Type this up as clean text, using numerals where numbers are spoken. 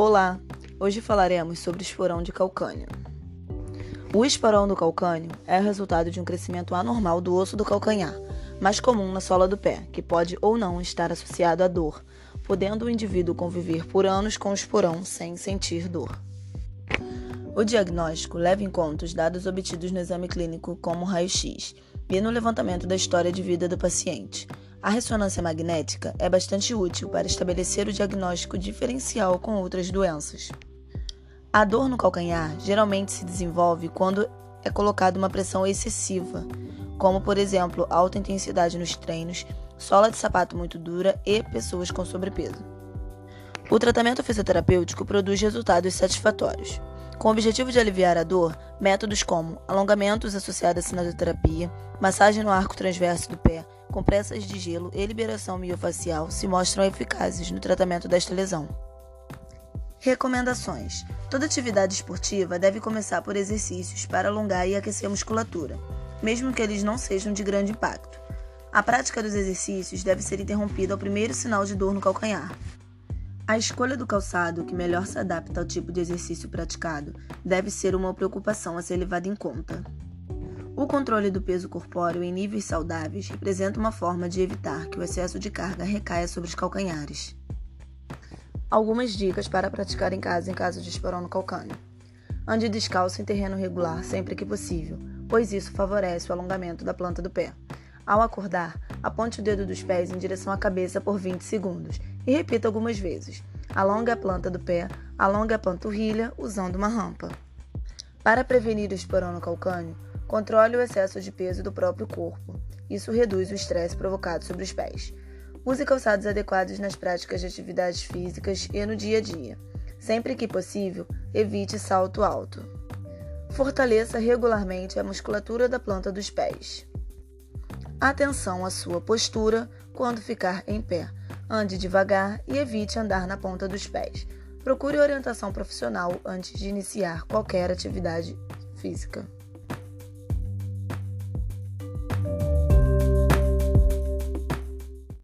Olá! Hoje falaremos sobre o esporão de calcânio. O esporão do calcânio é o resultado de um crescimento anormal do osso do calcanhar, mais comum na sola do pé, que pode ou não estar associado à dor, podendo o indivíduo conviver por anos com o esporão sem sentir dor. O diagnóstico leva em conta os dados obtidos no exame clínico, como o raio-x, e no levantamento da história de vida do paciente. A ressonância magnética é bastante útil para estabelecer o diagnóstico diferencial com outras doenças. A dor no calcanhar geralmente se desenvolve quando é colocada uma pressão excessiva, como, por exemplo, alta intensidade nos treinos, sola de sapato muito dura e pessoas com sobrepeso. O tratamento fisioterapêutico produz resultados satisfatórios. Com o objetivo de aliviar a dor, métodos como alongamentos associados à sinoterapia, massagem no arco transverso do pé, compressas de gelo e liberação miofacial se mostram eficazes no tratamento desta lesão. Recomendações: toda atividade esportiva deve começar por exercícios para alongar e aquecer a musculatura, mesmo que eles não sejam de grande impacto. A prática dos exercícios deve ser interrompida ao primeiro sinal de dor no calcanhar. A escolha do calçado que melhor se adapta ao tipo de exercício praticado deve ser uma preocupação a ser levada em conta. O controle do peso corpóreo em níveis saudáveis representa uma forma de evitar que o excesso de carga recaia sobre os calcanhares. Algumas dicas para praticar em casa em caso de esporão no calcânio. Ande descalço em terreno regular sempre que possível, pois isso favorece o alongamento da planta do pé. Ao acordar, aponte o dedo dos pés em direção à cabeça por 20 segundos e repita algumas vezes. Alongue a planta do pé, alongue a panturrilha usando uma rampa. Para prevenir o esporão no calcânio, controle o excesso de peso do próprio corpo. Isso reduz o estresse provocado sobre os pés. Use calçados adequados nas práticas de atividades físicas e no dia a dia. Sempre que possível, evite salto alto. Fortaleça regularmente a musculatura da planta dos pés. Atenção à sua postura quando ficar em pé. Ande devagar e evite andar na ponta dos pés. Procure orientação profissional antes de iniciar qualquer atividade física.